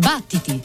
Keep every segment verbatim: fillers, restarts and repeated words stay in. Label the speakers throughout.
Speaker 1: Battiti!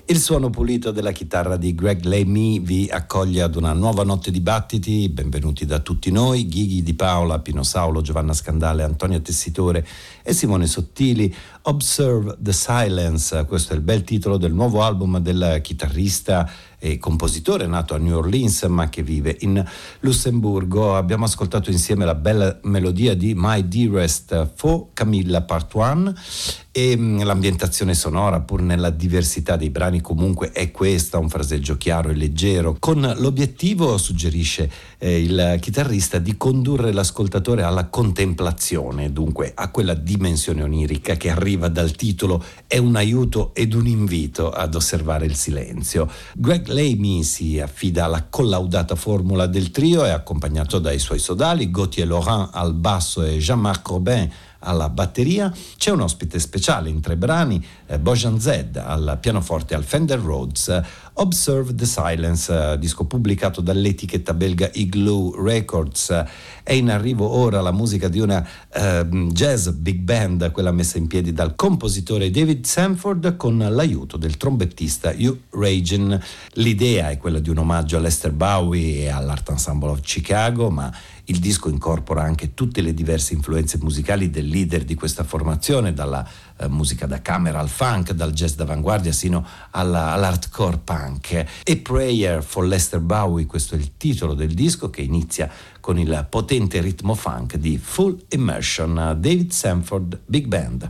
Speaker 1: Il suono pulito della chitarra di Greg Lamy vi accoglie ad una nuova notte di battiti. Benvenuti da tutti noi, Ghighi Di Paola, Pino Saulo, Giovanna Scandale, Antonia Tessitore e Simone Sottili. Observe the Silence, questo è il bel titolo del nuovo album del chitarrista e compositore nato a New Orleans ma che vive in Lussemburgo. Abbiamo ascoltato insieme la bella melodia di My Dearest for Camilla Part uno e l'ambientazione sonora, pur nella diversità dei brani, comunque è questa, un fraseggio chiaro e leggero, con l'obiettivo, suggerisce eh, il chitarrista, di condurre l'ascoltatore alla contemplazione, dunque a quella dimensione onirica che arriva dal titolo, è un aiuto ed un invito ad osservare il silenzio. Greg Lamy si affida alla collaudata formula del trio, è accompagnato dai suoi sodali, Gauthier Laurent al basso e Jean-Marc Robin alla batteria. C'è un ospite speciale in tre brani, eh, Bojan Zed al pianoforte al Fender Rhodes. Observe the Silence, eh, disco pubblicato dall'etichetta belga Igloo Records. È in arrivo ora la musica di una eh, jazz big band, quella messa in piedi dal compositore David Sanford con l'aiuto del trombettista Hugh Regan. L'idea è quella di un omaggio a Lester Bowie e all'Art Ensemble of Chicago, ma il disco incorpora anche tutte le diverse influenze musicali del leader di questa formazione, dalla eh, musica da camera al funk, dal jazz d'avanguardia sino alla, all'hardcore punk. E Prayer for Lester Bowie, questo è il titolo del disco, che inizia con il potente ritmo funk di Full Immersion, David Sanford Big Band.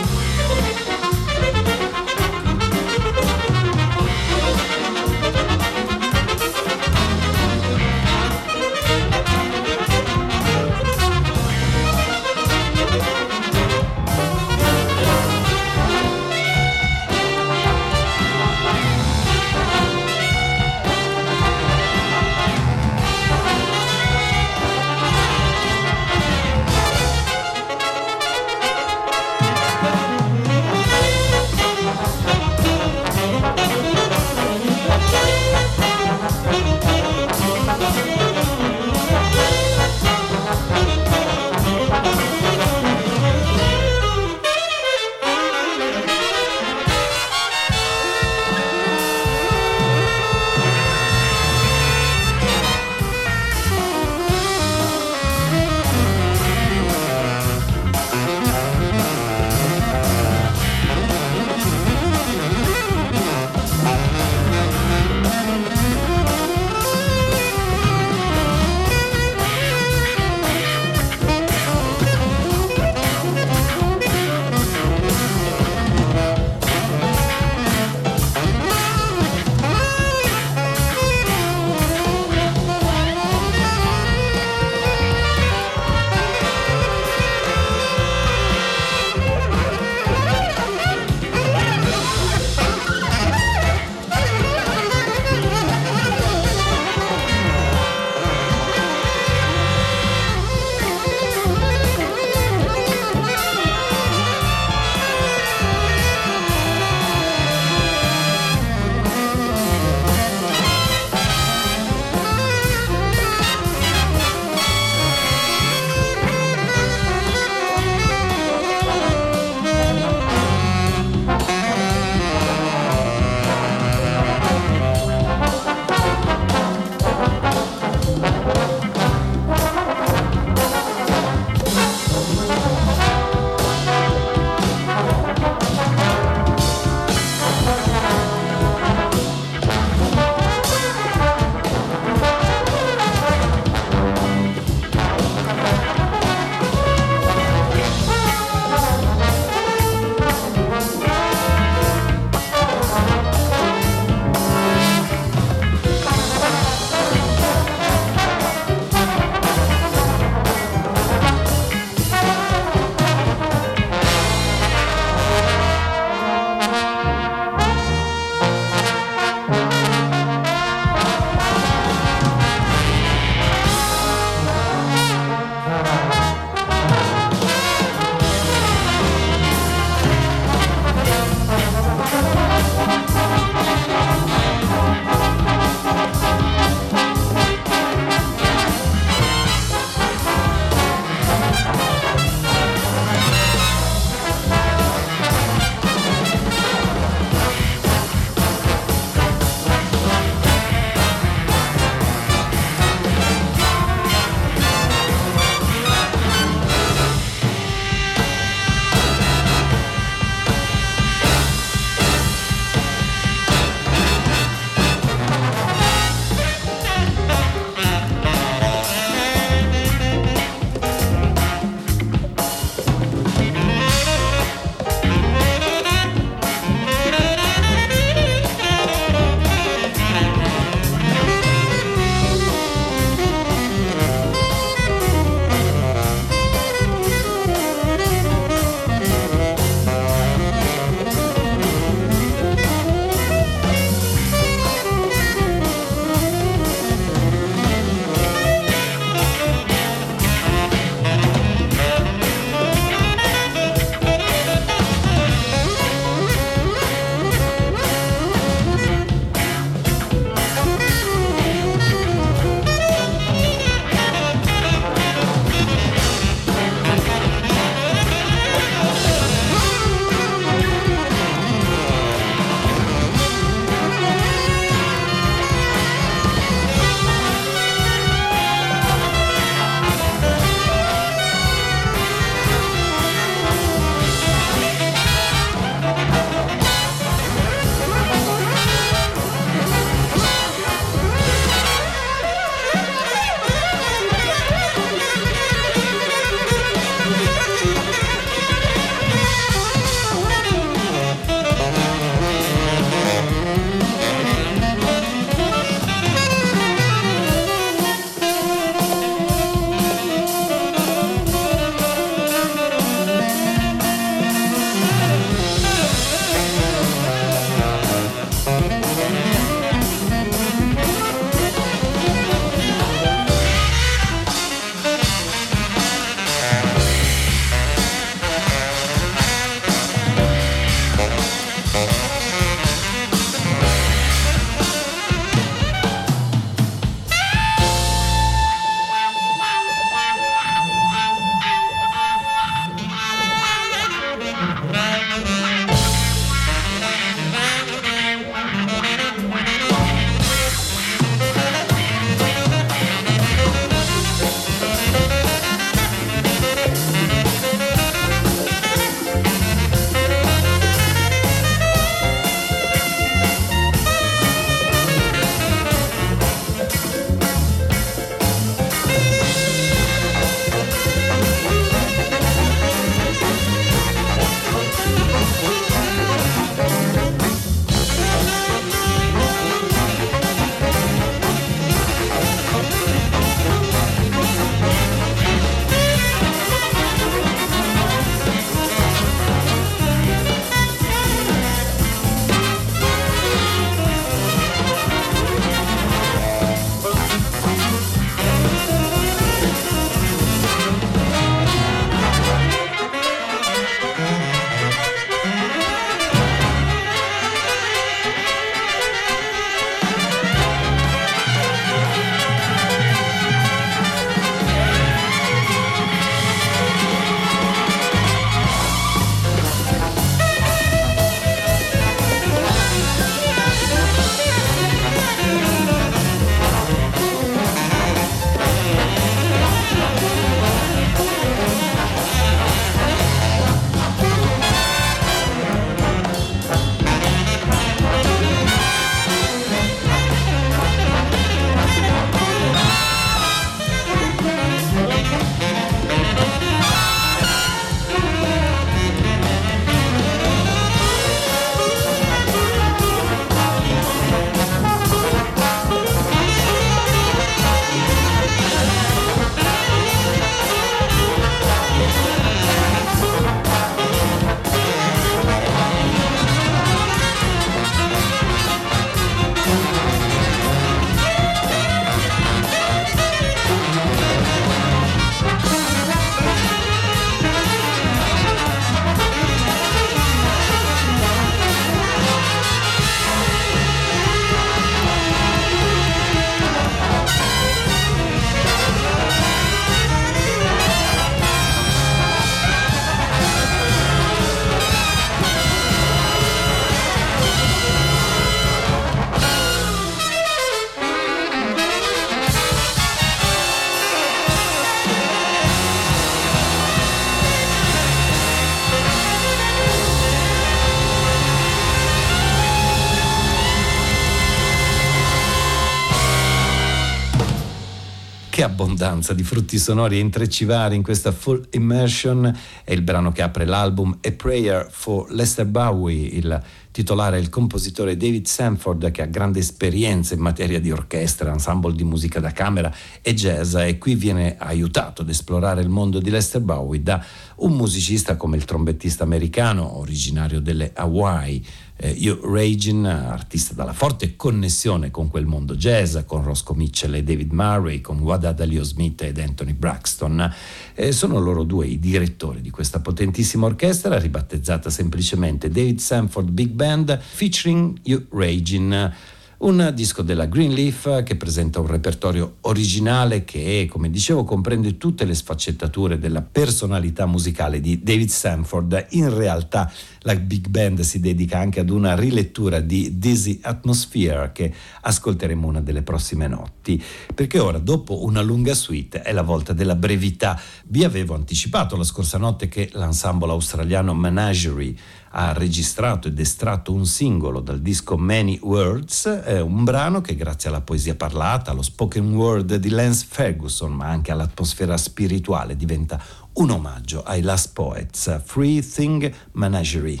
Speaker 1: che abbondanza di frutti sonori e intrecci vari in questa Full Immersion. È il brano che apre l'album A Prayer for Lester Bowie. Il titolare è il compositore David Sanford, che ha grande esperienza in materia di orchestra, ensemble di musica da camera e jazz, e qui viene aiutato ad esplorare il mondo di Lester Bowie da un musicista come il trombettista americano originario delle Hawaii, eh, Hugh Reigin, artista dalla forte connessione con quel mondo jazz, con Roscoe Mitchell e David Murray, con Wada Dalio-Smith ed Anthony Braxton. Eh, sono loro due i direttori di questa potentissima orchestra, ribattezzata semplicemente David Sanford Big Band, featuring Hugh Reigin. Un disco della Greenleaf che presenta un repertorio originale che, come dicevo, comprende tutte le sfaccettature della personalità musicale di David Sanford. In realtà la Big Band si dedica anche ad una rilettura di Dizzy Atmosphere che ascolteremo una delle prossime notti, perché ora, dopo una lunga suite, è la volta della brevità. Vi avevo anticipato la scorsa notte che l'ensemble australiano Menagerie ha registrato ed estratto un singolo dal disco Many Words, eh, un brano che grazie alla poesia parlata, allo spoken word di Lance Ferguson, ma anche all'atmosfera spirituale, diventa un omaggio ai Last Poets. Free Thing Menagerie.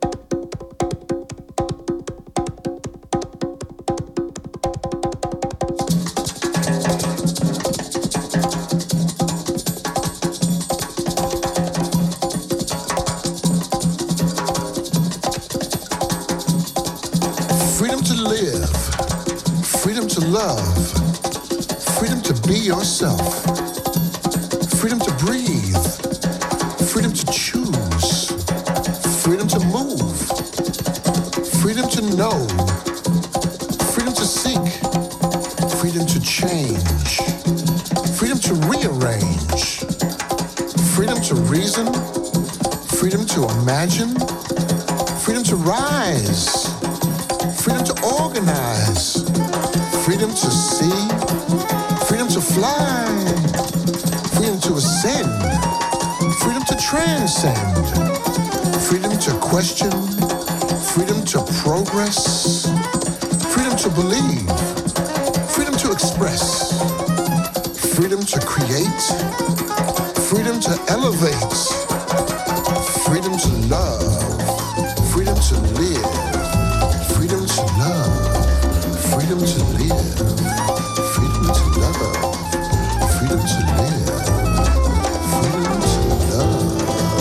Speaker 2: Love, freedom to be yourself, freedom to breathe, freedom to choose, freedom to move, freedom to know, freedom to seek, freedom to change, freedom to rearrange, freedom to reason, freedom to imagine, freedom to rise, freedom to organize, freedom to see, freedom to fly, freedom to ascend, freedom to transcend, freedom to question, freedom to progress, freedom to believe, freedom to express, freedom to create, freedom to elevate, freedom to love, freedom to live, freedom to love, freedom to live, freedom to love, freedom to live, freedom to love.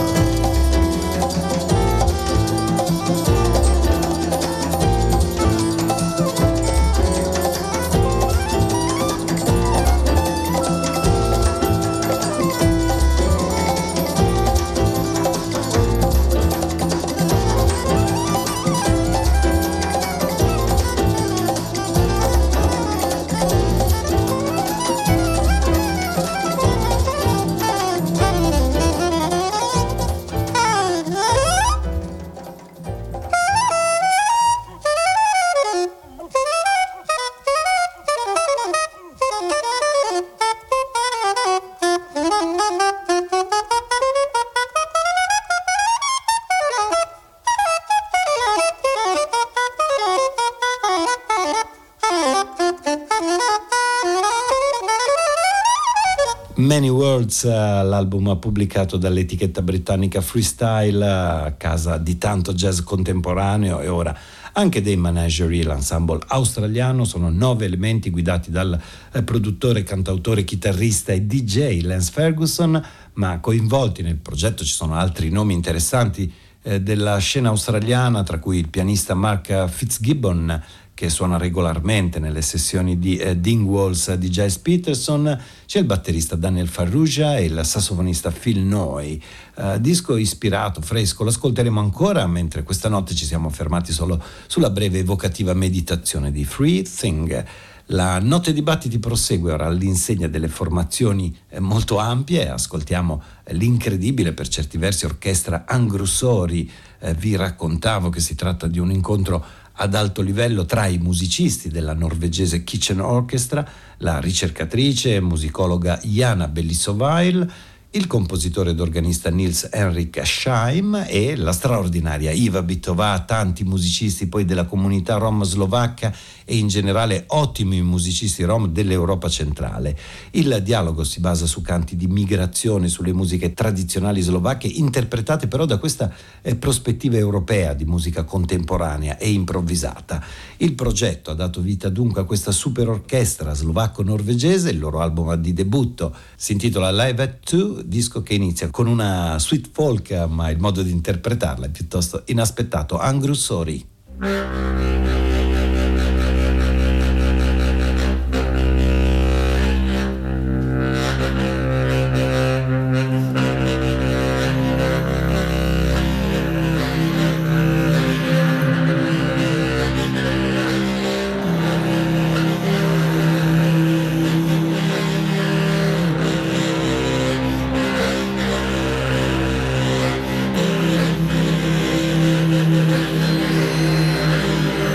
Speaker 1: Many Words, l'album pubblicato dall'etichetta britannica Freestyle, casa di tanto jazz contemporaneo e ora anche dei Menagerie, l'ensemble australiano. Sono nove elementi guidati dal produttore, cantautore, chitarrista e D J Lance Ferguson, ma coinvolti nel progetto ci sono altri nomi interessanti eh, della scena australiana, tra cui il pianista Mark Fitzgibbon, che suona regolarmente nelle sessioni di eh, Dingwalls di Giles Peterson. C'è il batterista Daniel Farrugia e il sassofonista Phil Noy. Uh, disco ispirato, fresco, lo ascolteremo ancora, mentre questa notte ci siamo fermati solo sulla breve evocativa meditazione di Free Thing. La notte di battiti prosegue ora all'insegna delle formazioni eh, molto ampie. Ascoltiamo eh, l'incredibile, per certi versi, orchestra Angrusori. Eh, vi raccontavo che si tratta di un incontro ad alto livello tra i musicisti della norvegese Kitchen Orchestra, la ricercatrice e musicologa Jana Bellisovail, il compositore ed organista Niels Henrik Scheim e la straordinaria Iva Bytová, tanti musicisti poi della comunità rom slovacca e in generale ottimi musicisti rom dell'Europa centrale. Il dialogo si basa su canti di migrazione, sulle musiche tradizionali slovacche, interpretate però da questa eh, prospettiva europea di musica contemporanea e improvvisata. Il progetto ha dato vita dunque a questa super orchestra slovacco-norvegese. Il loro album di debutto si intitola Live at Two, disco che inizia con una sweet folk, ma il modo di interpretarla è piuttosto inaspettato. Angru Sori.
Speaker 3: Thank you.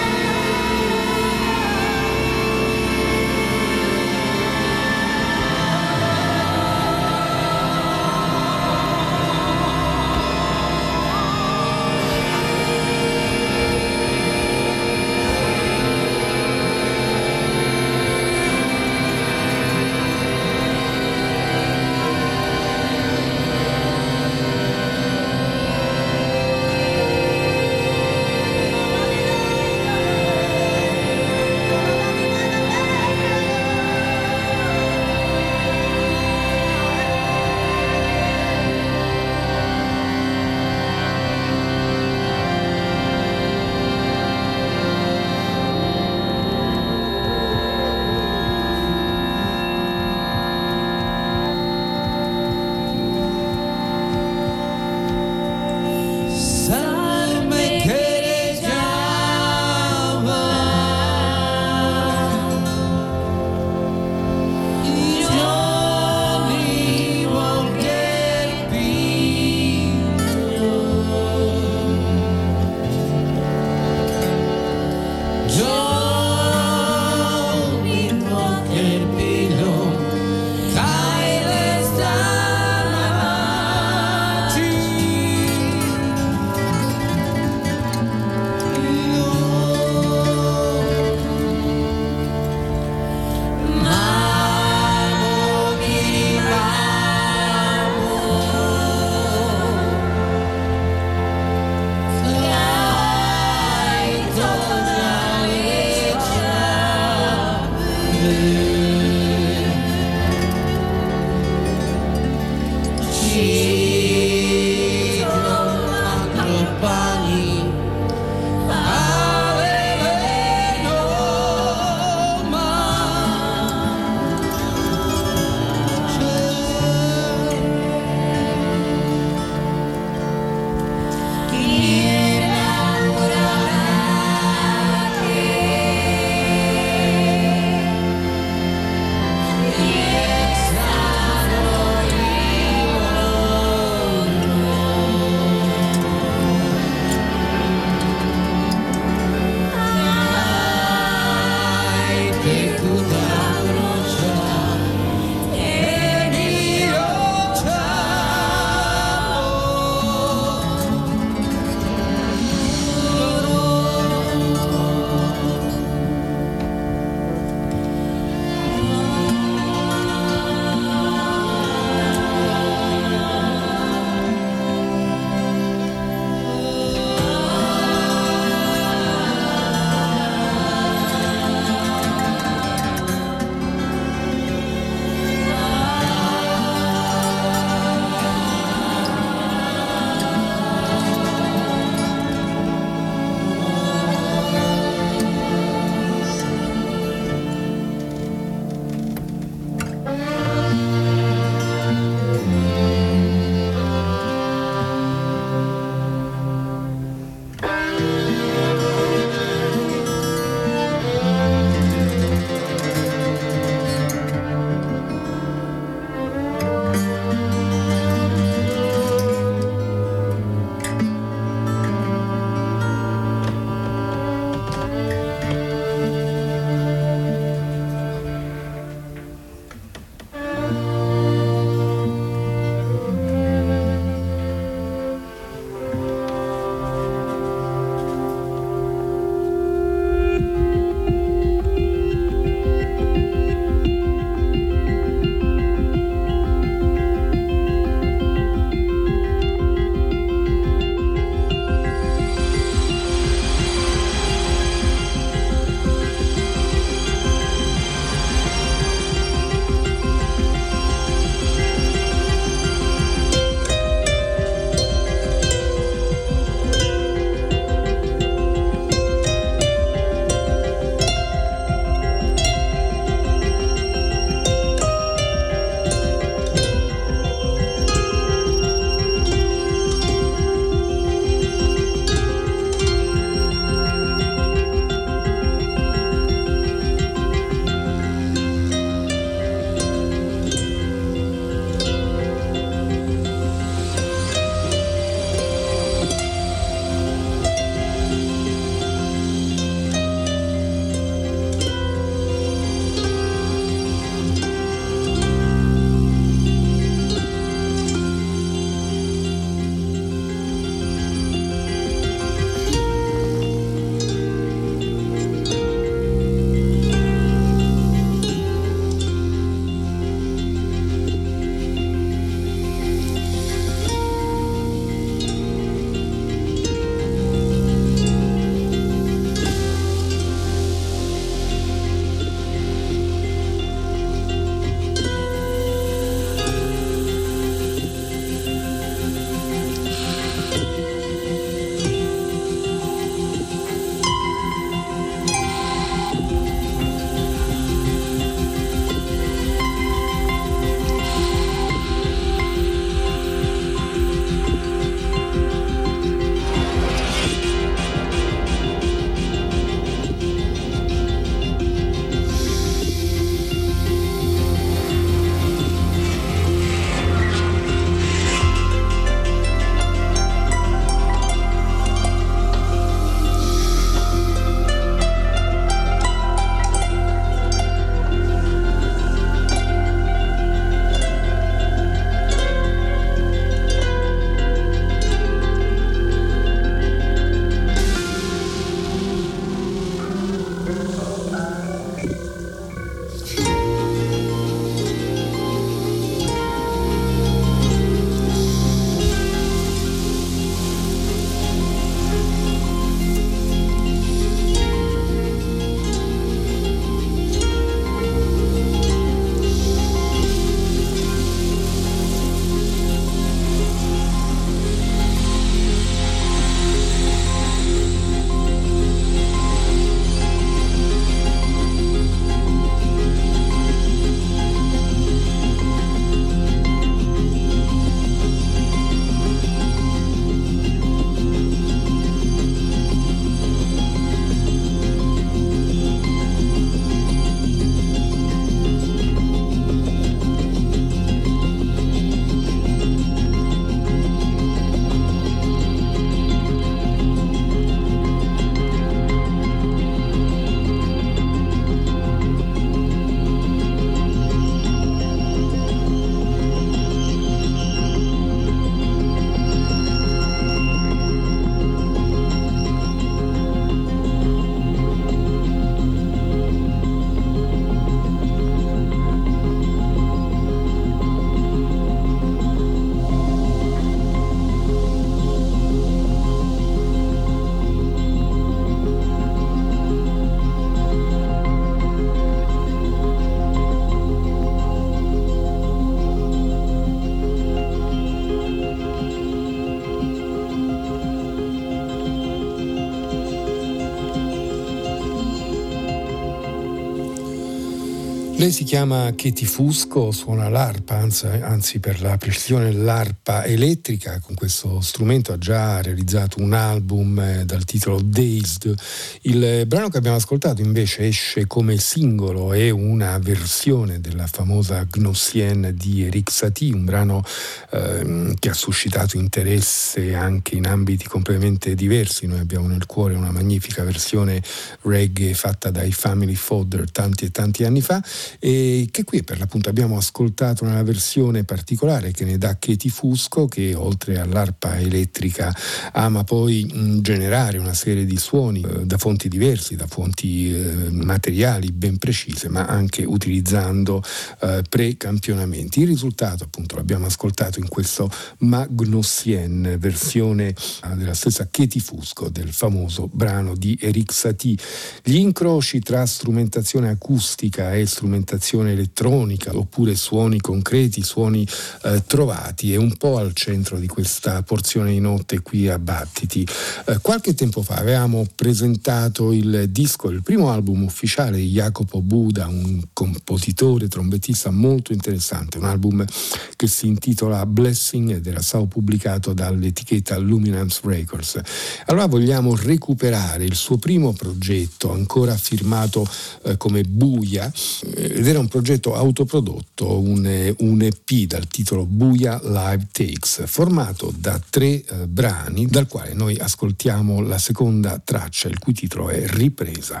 Speaker 3: Lei si chiama Katie Fusco, suona l'arpa, anzi, anzi per la precisione l'arpa elettrica. Con questo strumento ha già realizzato un album eh, dal titolo Dazed. Il brano che abbiamo ascoltato invece esce come singolo, è una versione della famosa Gnossienne di Erik Satie, un brano eh, che ha suscitato interesse anche in ambiti completamente diversi. Noi abbiamo nel cuore una magnifica versione reggae fatta dai Family Fodder tanti e tanti anni fa, e che qui per l'appunto abbiamo ascoltato nella versione particolare che ne dà Katie Fusco, che oltre all'arpa elettrica ama poi mh, generare una serie di suoni eh, da fonti diversi, da fonti eh, materiali ben precise, ma anche utilizzando eh, pre-campionamenti. Il risultato appunto l'abbiamo ascoltato in questo Magnossienne, versione eh, della stessa Katie Fusco del famoso brano di Erik Satie. Gli incroci tra strumentazione acustica e strumentazione elettronica, oppure suoni concreti, suoni eh, trovati, è un po' al centro di questa porzione di notte qui a Battiti. Eh, qualche tempo fa avevamo presentato il disco, il primo album ufficiale di Jacopo Buda, un compositore, trombettista molto interessante, un album che si intitola Blessing ed era stato pubblicato dall'etichetta Luminance Records. Allora vogliamo recuperare il suo primo progetto, ancora firmato eh, come Buia, ed era un progetto autoprodotto, un, un E P dal titolo Buia Live Takes, formato da tre eh, brani, dal quale noi ascoltiamo la seconda traccia, il cui titolo è Ripresa.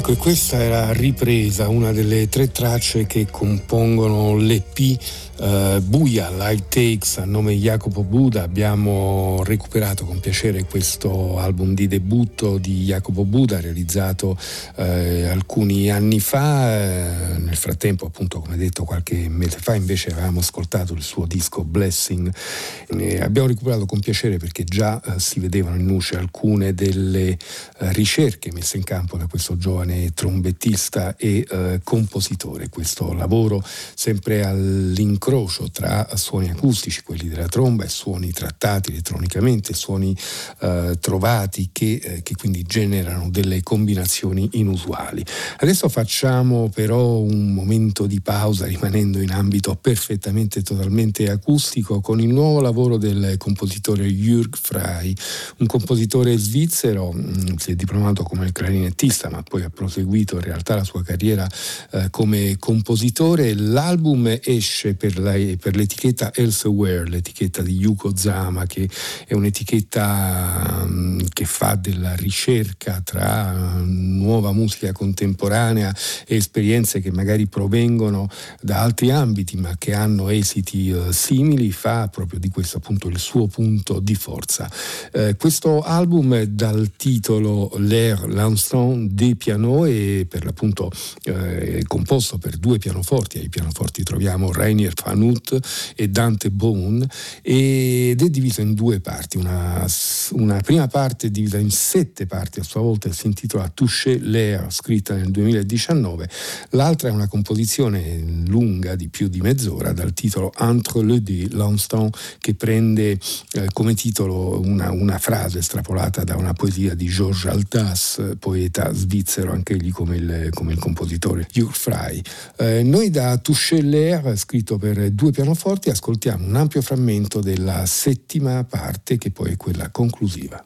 Speaker 3: Ecco, e questa era Ripresa, una delle tre tracce che compongono l'E P uh, Buia, Live Takes, a nome di Jacopo Buda. Abbiamo recuperato con piacere questo album di debutto di Jacopo Buda, realizzato eh, alcuni anni fa. Eh, nel frattempo, appunto, come detto, qualche mese fa invece avevamo ascoltato il suo disco Blessing. Eh, abbiamo recuperato con piacere perché già eh, si vedevano in luce alcune delle eh, ricerche messe in campo da questo giovane trombettista e eh, compositore. Questo lavoro sempre all'incrocio tra suoni acustici, quelli della tromba, e suoni trattati elettronicamente, suoni eh, trovati che, eh, che quindi generano delle combinazioni inusuali. Adesso facciamo però un momento di pausa, rimanendo in ambito perfettamente totalmente acustico, con il nuovo lavoro del compositore Jürg Frey, un compositore svizzero. Si è diplomato come clarinettista, ma poi ha proseguito in realtà la sua carriera eh, come compositore. L'album esce per, la, per l'etichetta Elsewhere, l'etichetta di Yuko Zama, che è un'etichetta um, che fa della ricerca tra uh, nuova musica contemporanea e esperienze che magari provengono da altri ambiti ma che hanno esiti uh, simili. Fa proprio di questo appunto il suo punto di forza. Uh, questo album dal titolo L'air, l'instant des pianos, e per l'appunto uh, composto per due pianoforti. Ai pianoforti troviamo Rainier van Hout e Dante Bohn, ed è diviso in due parti. Una, una prima parte divisa in sette parti a sua volta, si intitola Toucher l'air, scritta nel duemiladiciannove. L'altra è una composizione lunga di più di mezz'ora dal titolo Entre le deux, l'instant, che prende eh, come titolo una, una frase estrapolata da una poesia di Georges Altas, poeta svizzero anch'egli come il, come il compositore Jürg Frey. Eh, noi da Toucher l'air, scritto per due pianoforti, ascoltiamo un ampio frammento della settima parte, che poi è quella conclusiva.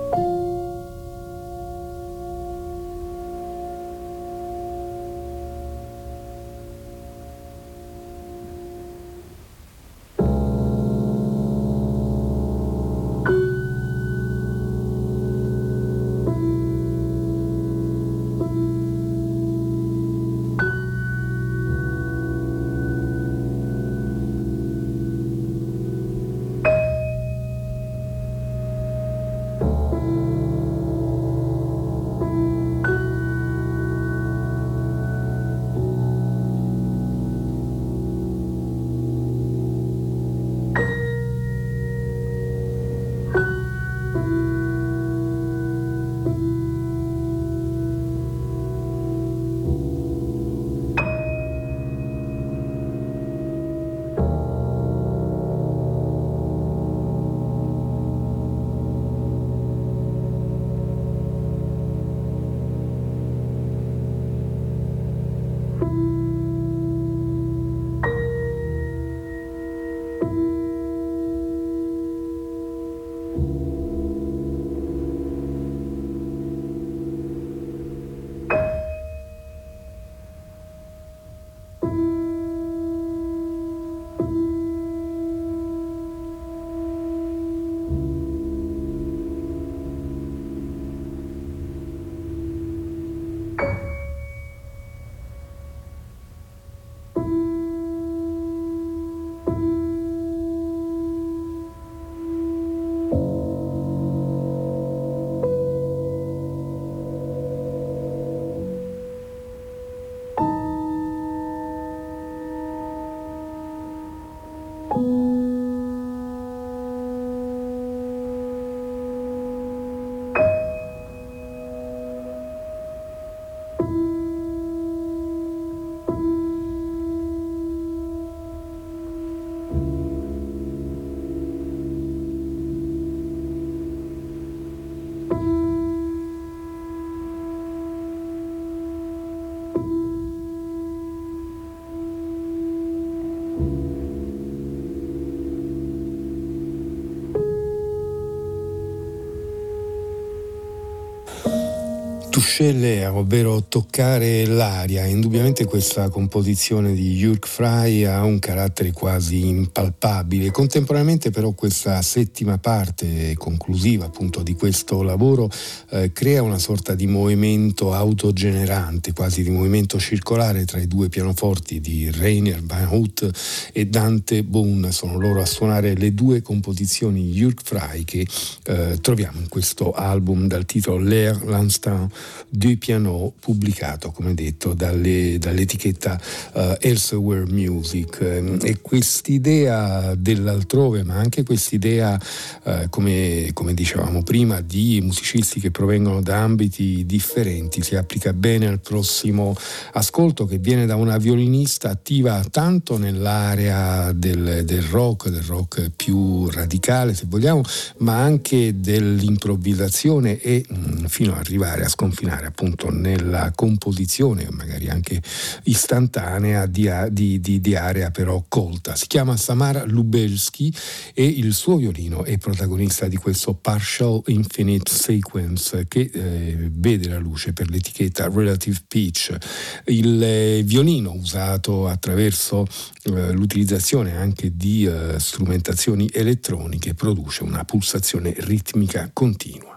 Speaker 3: Toucher l'air, ovvero toccare l'aria. Indubbiamente questa composizione di Jörg Frey ha un carattere quasi impalpabile. Contemporaneamente però questa settima parte conclusiva appunto di questo lavoro eh, crea una sorta di movimento autogenerante, quasi di movimento circolare tra i due pianoforti di Rainer Van Hout e Dante Boone. Sono loro a suonare le due composizioni di Jörg Frey che eh, troviamo in questo album dal titolo L'air, l'instant du piano, pubblicato come detto dalle, dall'etichetta uh, Elsewhere Music. E quest'idea dell'altrove, ma anche quest'idea uh, come, come dicevamo prima, di musicisti che provengono da ambiti differenti si applica bene al prossimo ascolto, che viene da una violinista attiva tanto nell'area del, del rock, del rock più radicale se vogliamo, ma anche dell'improvvisazione e mh, fino ad arrivare a sconfinare appunto nella composizione magari anche istantanea di, di, di, di area però colta. Si chiama Samara Lubelski e il suo violino è protagonista di questo Partial Infinite Sequence che eh, vede la luce per l'etichetta Relative Pitch. Il eh, violino usato attraverso eh, l'utilizzazione anche di eh, strumentazioni elettroniche produce una pulsazione ritmica continua.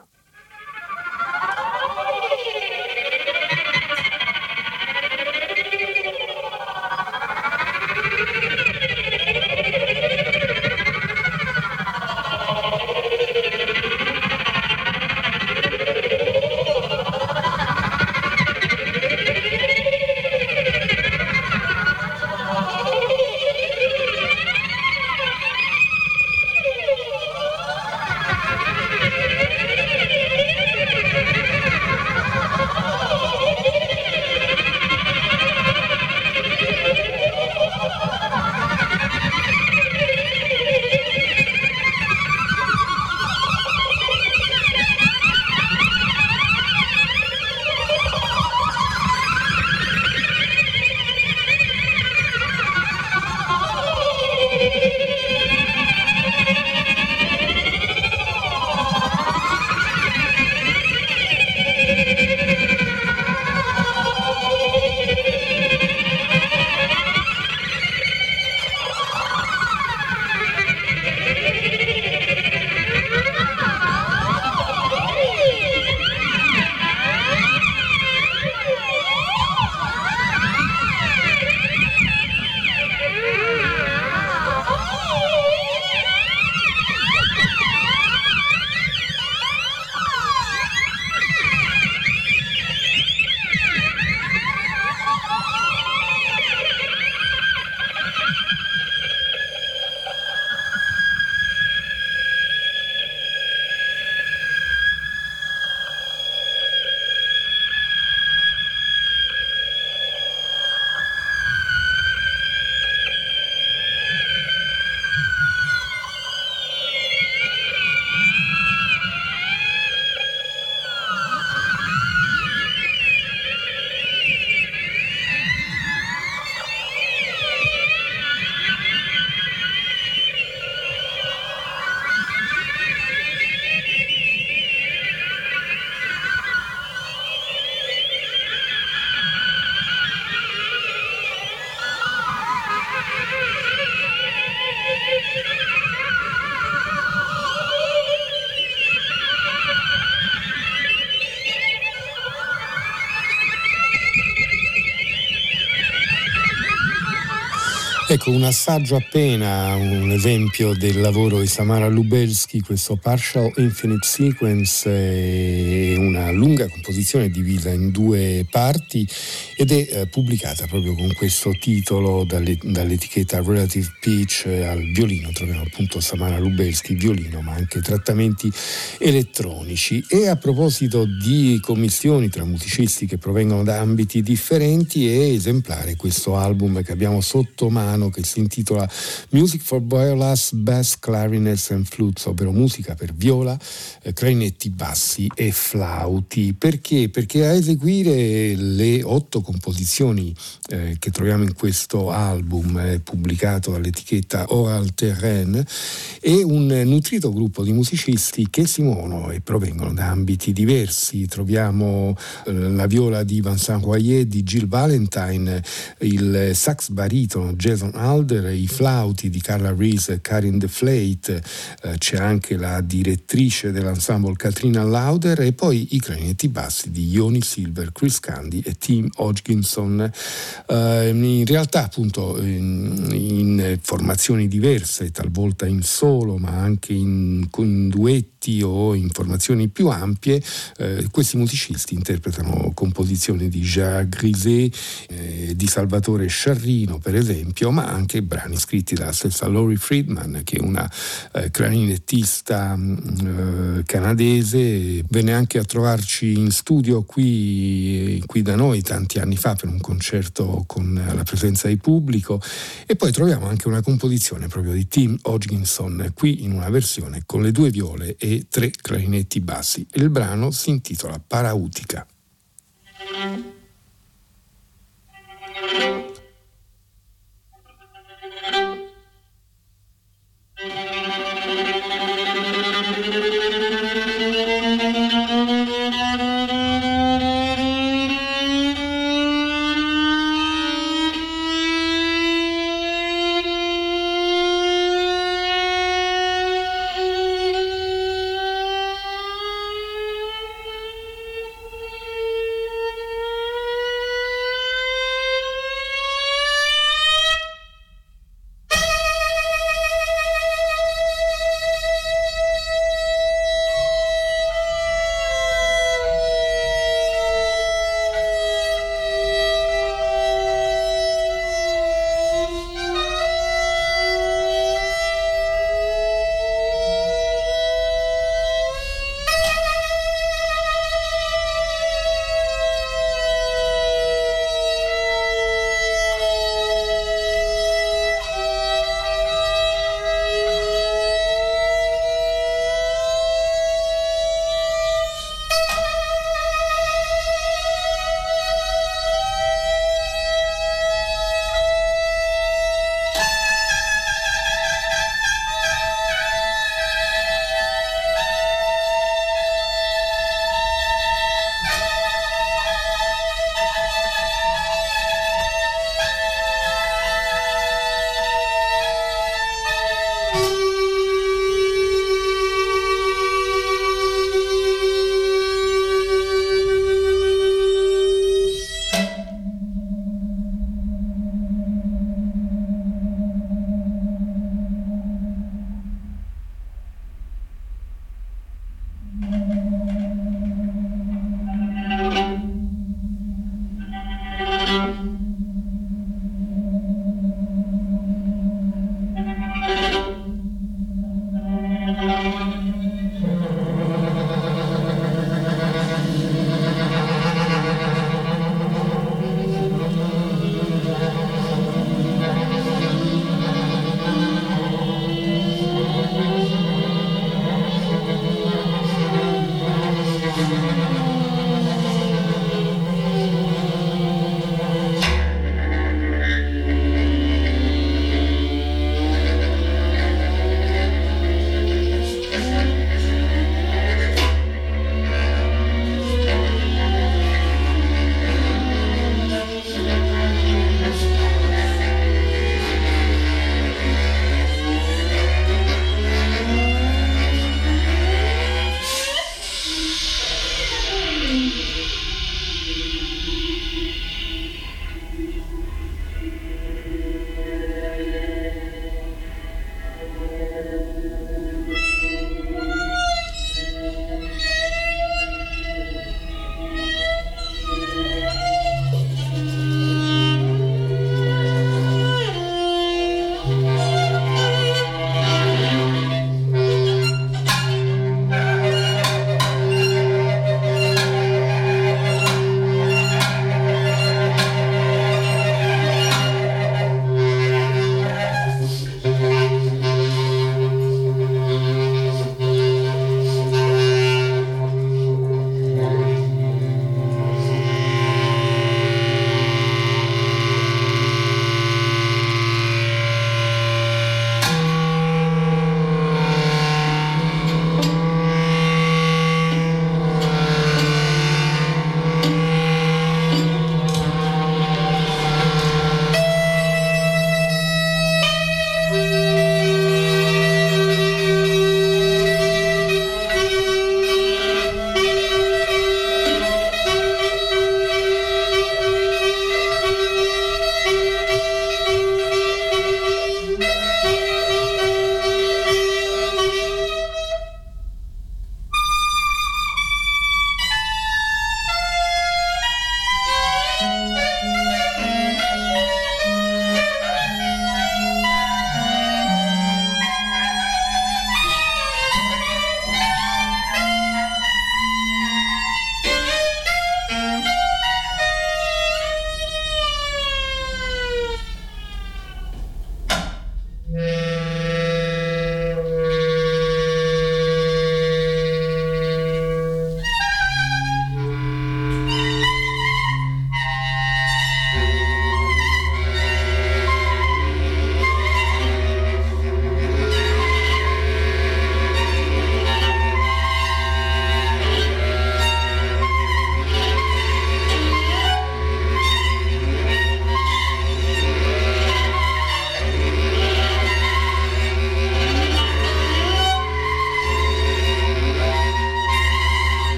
Speaker 3: Ecco, un assaggio appena, un esempio del lavoro di Samara Lubelsky, questo Partial Infinite Sequence è una lunga composizione divisa in due parti ed è eh, pubblicata proprio con questo titolo dalle, dall'etichetta Relative Pitch. Al violino troviamo appunto Samara Lubelsky, violino ma anche trattamenti elettronici. E a proposito di commissioni tra musicisti che provengono da ambiti differenti, è esemplare questo album che abbiamo sotto mano, che si intitola Music for Violas, Bass, Clarinets and Flutes, ovvero musica per viola, eh, clarinetti, bassi e flauti. Perché? Perché a eseguire le otto composizioni eh, che troviamo in questo album eh, pubblicato dall'etichetta Oral Terrain è un nutrito gruppo di musicisti che si muovono e provengono da ambiti diversi. Troviamo eh, la viola di Vincent Royer, di Jill Valentine, il sax baritono Jason Alder, i flauti di Carla Reese e Karin Deflate, eh, c'è anche la direttrice dell'ensemble Katrina Lauder e poi i clarinetti bassi di Yoni Silver, Chris Candy e Tim Hodgkinson. Eh, in realtà appunto in, in formazioni diverse, talvolta in solo ma anche in, in duetti o in formazioni più ampie, eh, questi musicisti interpretano composizioni di Gérard Griset, eh, di Salvatore Sciarrino per esempio, ma anche brani scritti dalla stessa Laurie Friedman, che è una eh, clarinettista eh, canadese. Venne anche a trovarci in studio qui, qui da noi tanti anni fa per un concerto con la presenza di pubblico. E poi troviamo anche una composizione proprio di Tim Hodgkinson, qui in una versione con le due viole e tre clarinetti bassi. Il brano si intitola Parautica.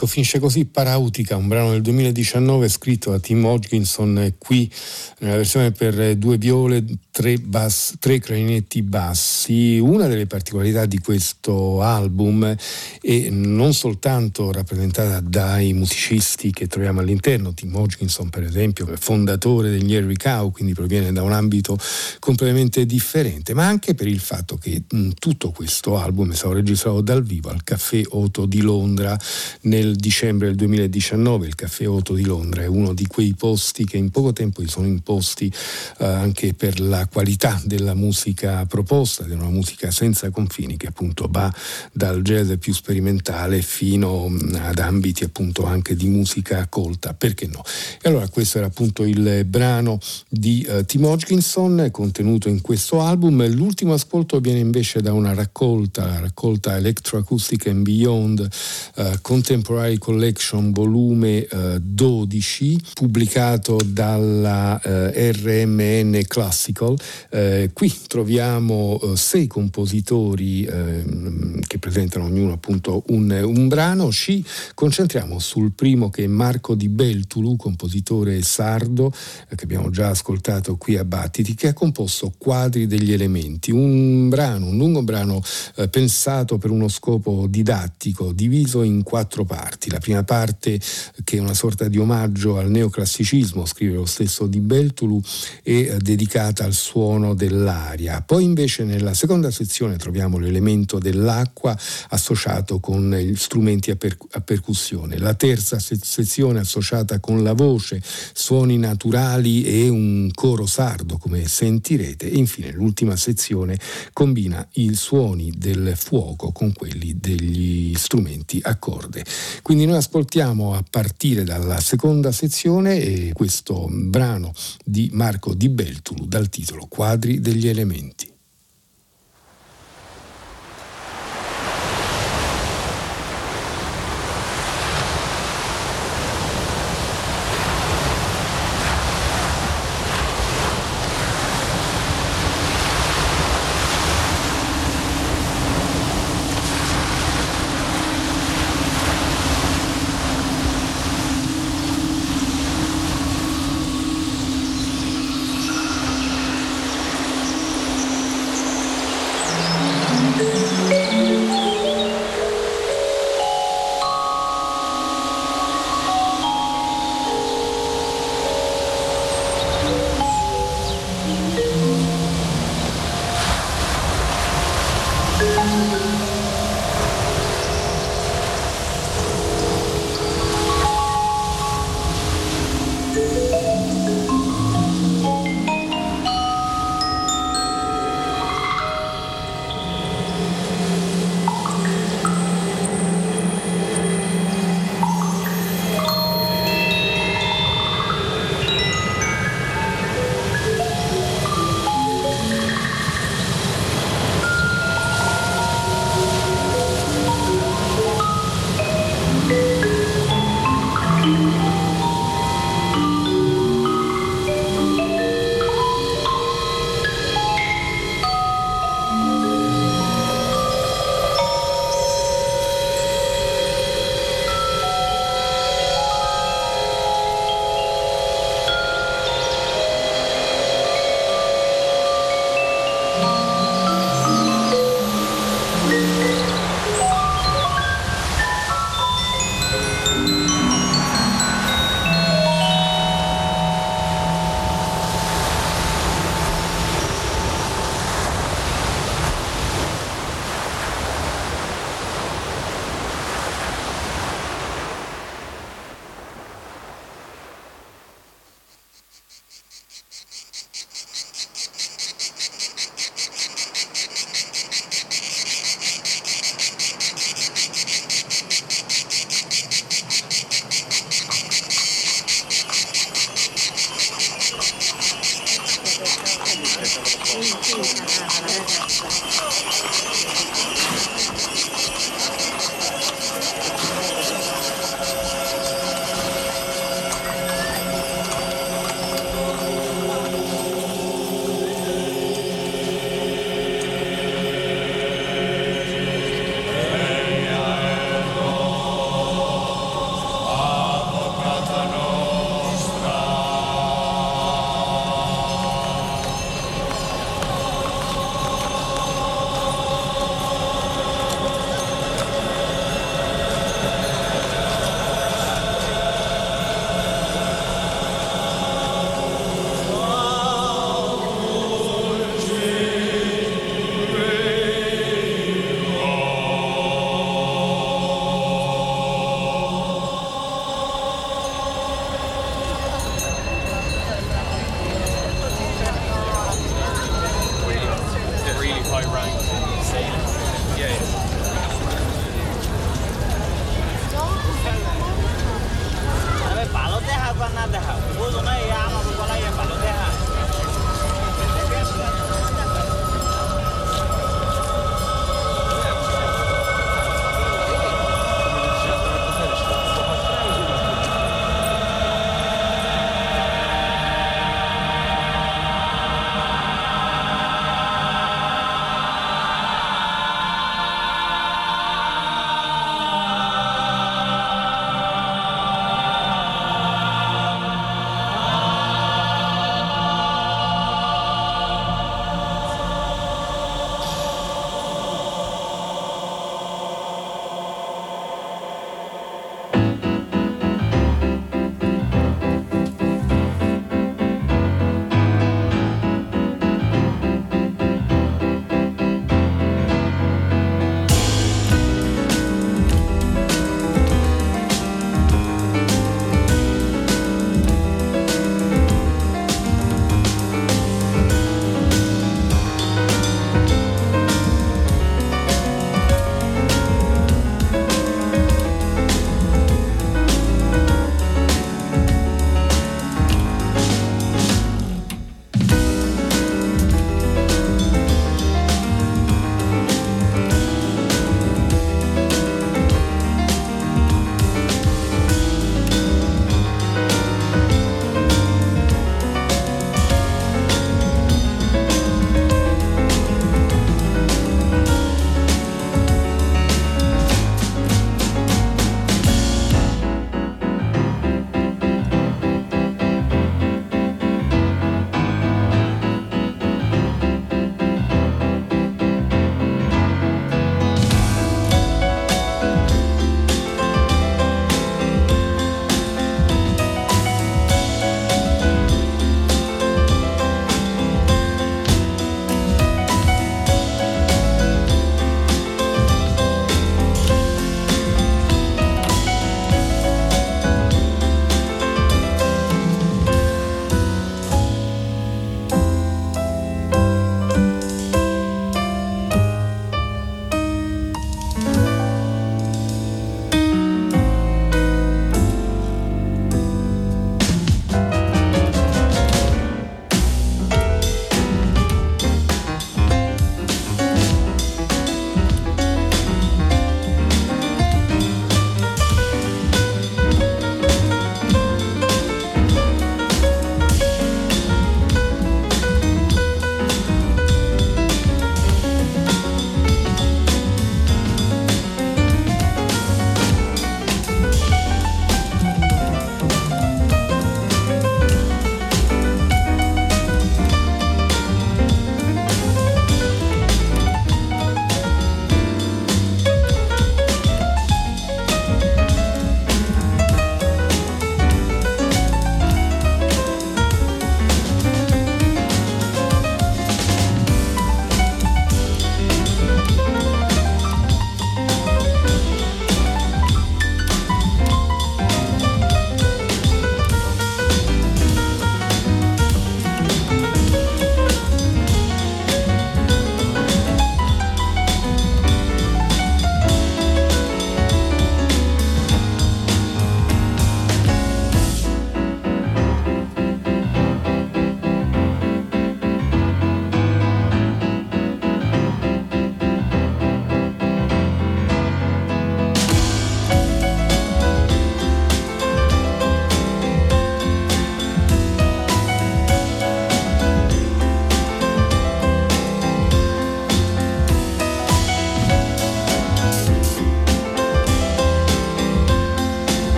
Speaker 3: Ecco, finisce così Parautica, un brano del duemiladiciannove scritto da Tim Hodgkinson, qui nella versione per due viole, tre, bass, tre clarinetti bassi. Una delle particolarità di questo album è non soltanto rappresentata dai musicisti che troviamo all'interno. Tim Hodgkinson, per esempio, è fondatore degli Harry Cow, quindi proviene da un ambito completamente differente, ma anche per il fatto che mh, tutto questo album è stato registrato dal vivo al Caffè Otto di Londra nel dicembre del duemiladiciannove. Il Caffè Otto di Londra è uno di quei posti che in poco tempo si sono imposti eh, anche per la qualità della musica proposta, di una musica senza confini che appunto va dal jazz più sperimentale fino ad ambiti appunto anche di musica colta, perché no? E allora questo era appunto il brano di uh, Tim Hodgkinson contenuto in questo album. L'ultimo ascolto viene invece da una raccolta, la raccolta Electroacoustic and Beyond uh, Contemporary Collection volume uh, dodici, pubblicato dalla uh, R M N Classical. Uh, qui troviamo uh, sei compositori uh, che presentano ognuno appunto un, un brano. Ci concentriamo sul primo, che è Marco Di Beltulu, compositore sardo uh, che abbiamo già ascoltato qui a Battiti, che ha composto Quadri degli elementi, un brano, un lungo brano uh, pensato per uno scopo didattico, diviso in quattro parti. La prima parte, che è una sorta di omaggio al neoclassicismo, scrive lo stesso Di Beltulu, è dedicata al suono dell'aria. Poi invece nella seconda sezione troviamo l'elemento dell'acqua associato con gli strumenti a, per- a percussione. La terza se- sezione associata con la voce, suoni naturali e un coro sardo, come sentirete. E infine l'ultima sezione combina i suoni del fuoco con quelli degli strumenti a corde. Quindi noi ascoltiamo a partire dalla seconda sezione questo brano di Marco Di Beltulu dal titolo Quadri degli elementi.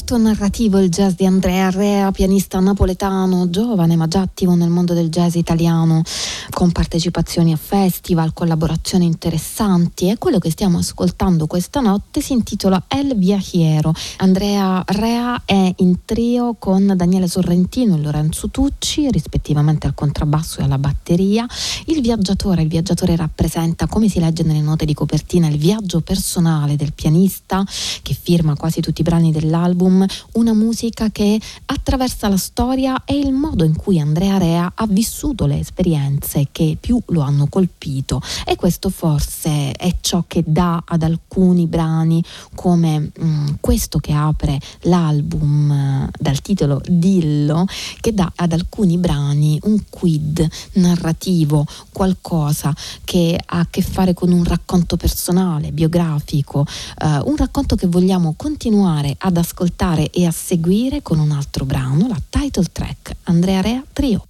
Speaker 4: Molto narrativo il jazz di Andrea Rea, pianista napoletano, giovane ma già attivo nel mondo del jazz italiano, con partecipazioni a festival, collaborazioni interessanti, e quello che stiamo ascoltando questa notte si intitola El Viajero. Andrea Rea è in trio con Daniele Sorrentino e Lorenzo Tucci, rispettivamente al contrabbasso e alla batteria. Il viaggiatore, il viaggiatore rappresenta, come si legge nelle note di copertina, il viaggio personale del pianista, che firma quasi tutti i brani dell'album, una musica che attraversa la storia e il modo in cui Andrea Rea ha vissuto le esperienze che più lo hanno colpito, e questo forse è ciò che dà ad alcuni brani come mh, questo che apre l'album uh, dal titolo Dillo, che dà ad alcuni brani un quid narrativo, qualcosa che ha a che fare con un racconto personale, biografico, uh, un racconto che vogliamo continuare ad ascoltare e a seguire con un altro brano, la title track, Andrea Rea Trio.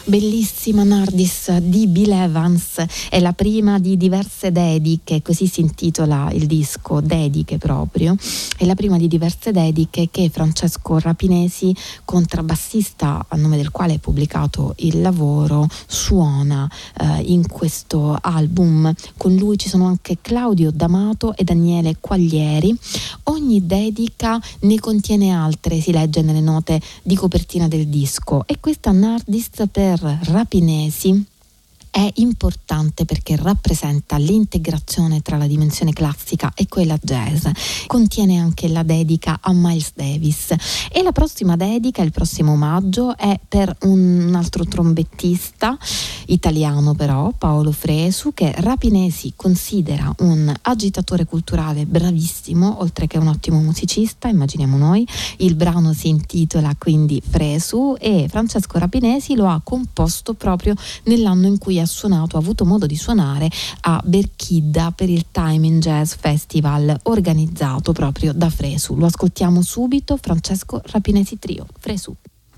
Speaker 4: Bellissima Nardis di Bill Evans, è la prima di diverse dediche, così si intitola il disco, dediche proprio, è la prima di diverse dediche che Francesco Rapinesi, contrabbassista a nome del quale è pubblicato il lavoro, suona eh, in questo album. Con lui ci sono anche Claudio D'Amato e Daniele Quaglieri. Ogni dedica ne contiene altre, si legge nelle note di copertina del disco, e questa Nardis per Rapinesi è importante perché rappresenta l'integrazione tra la dimensione classica e quella jazz. Contiene anche la dedica a Miles Davis, e la prossima dedica, il prossimo omaggio, è per un altro trombettista italiano, però Paolo Fresu, che Rapinesi considera un agitatore culturale bravissimo, oltre che un ottimo musicista, immaginiamo noi. Il brano si intitola quindi Fresu e Francesco Rapinesi lo ha composto proprio nell'anno in cui ha suonato, ha avuto modo di suonare a Berchidda per il Time in Jazz Festival organizzato proprio da Fresu. Lo ascoltiamo subito, Francesco Rapinesi Trio, Fresu.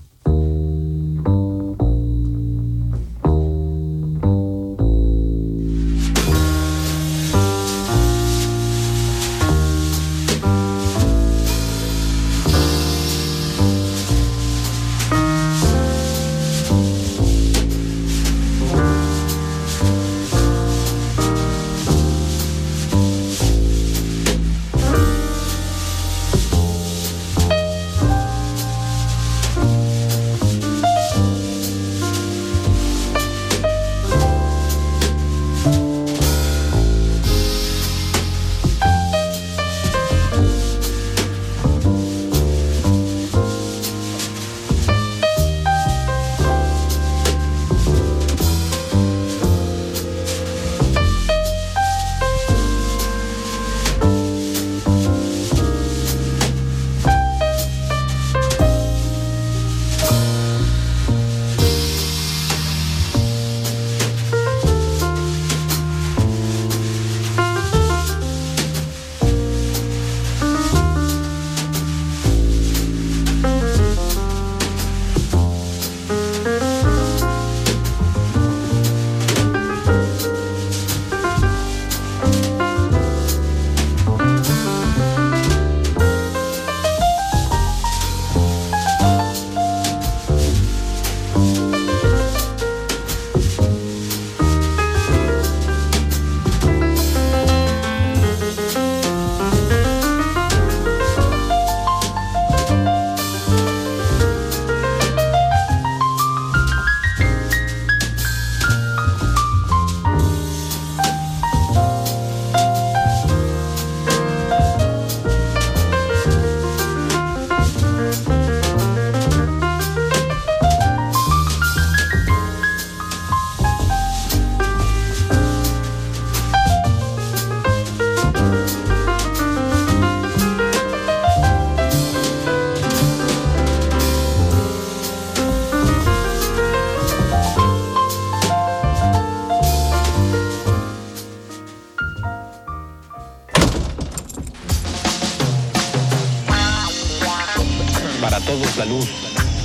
Speaker 5: todos la luz.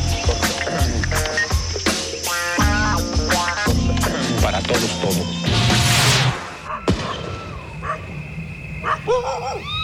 Speaker 5: Para todos todo.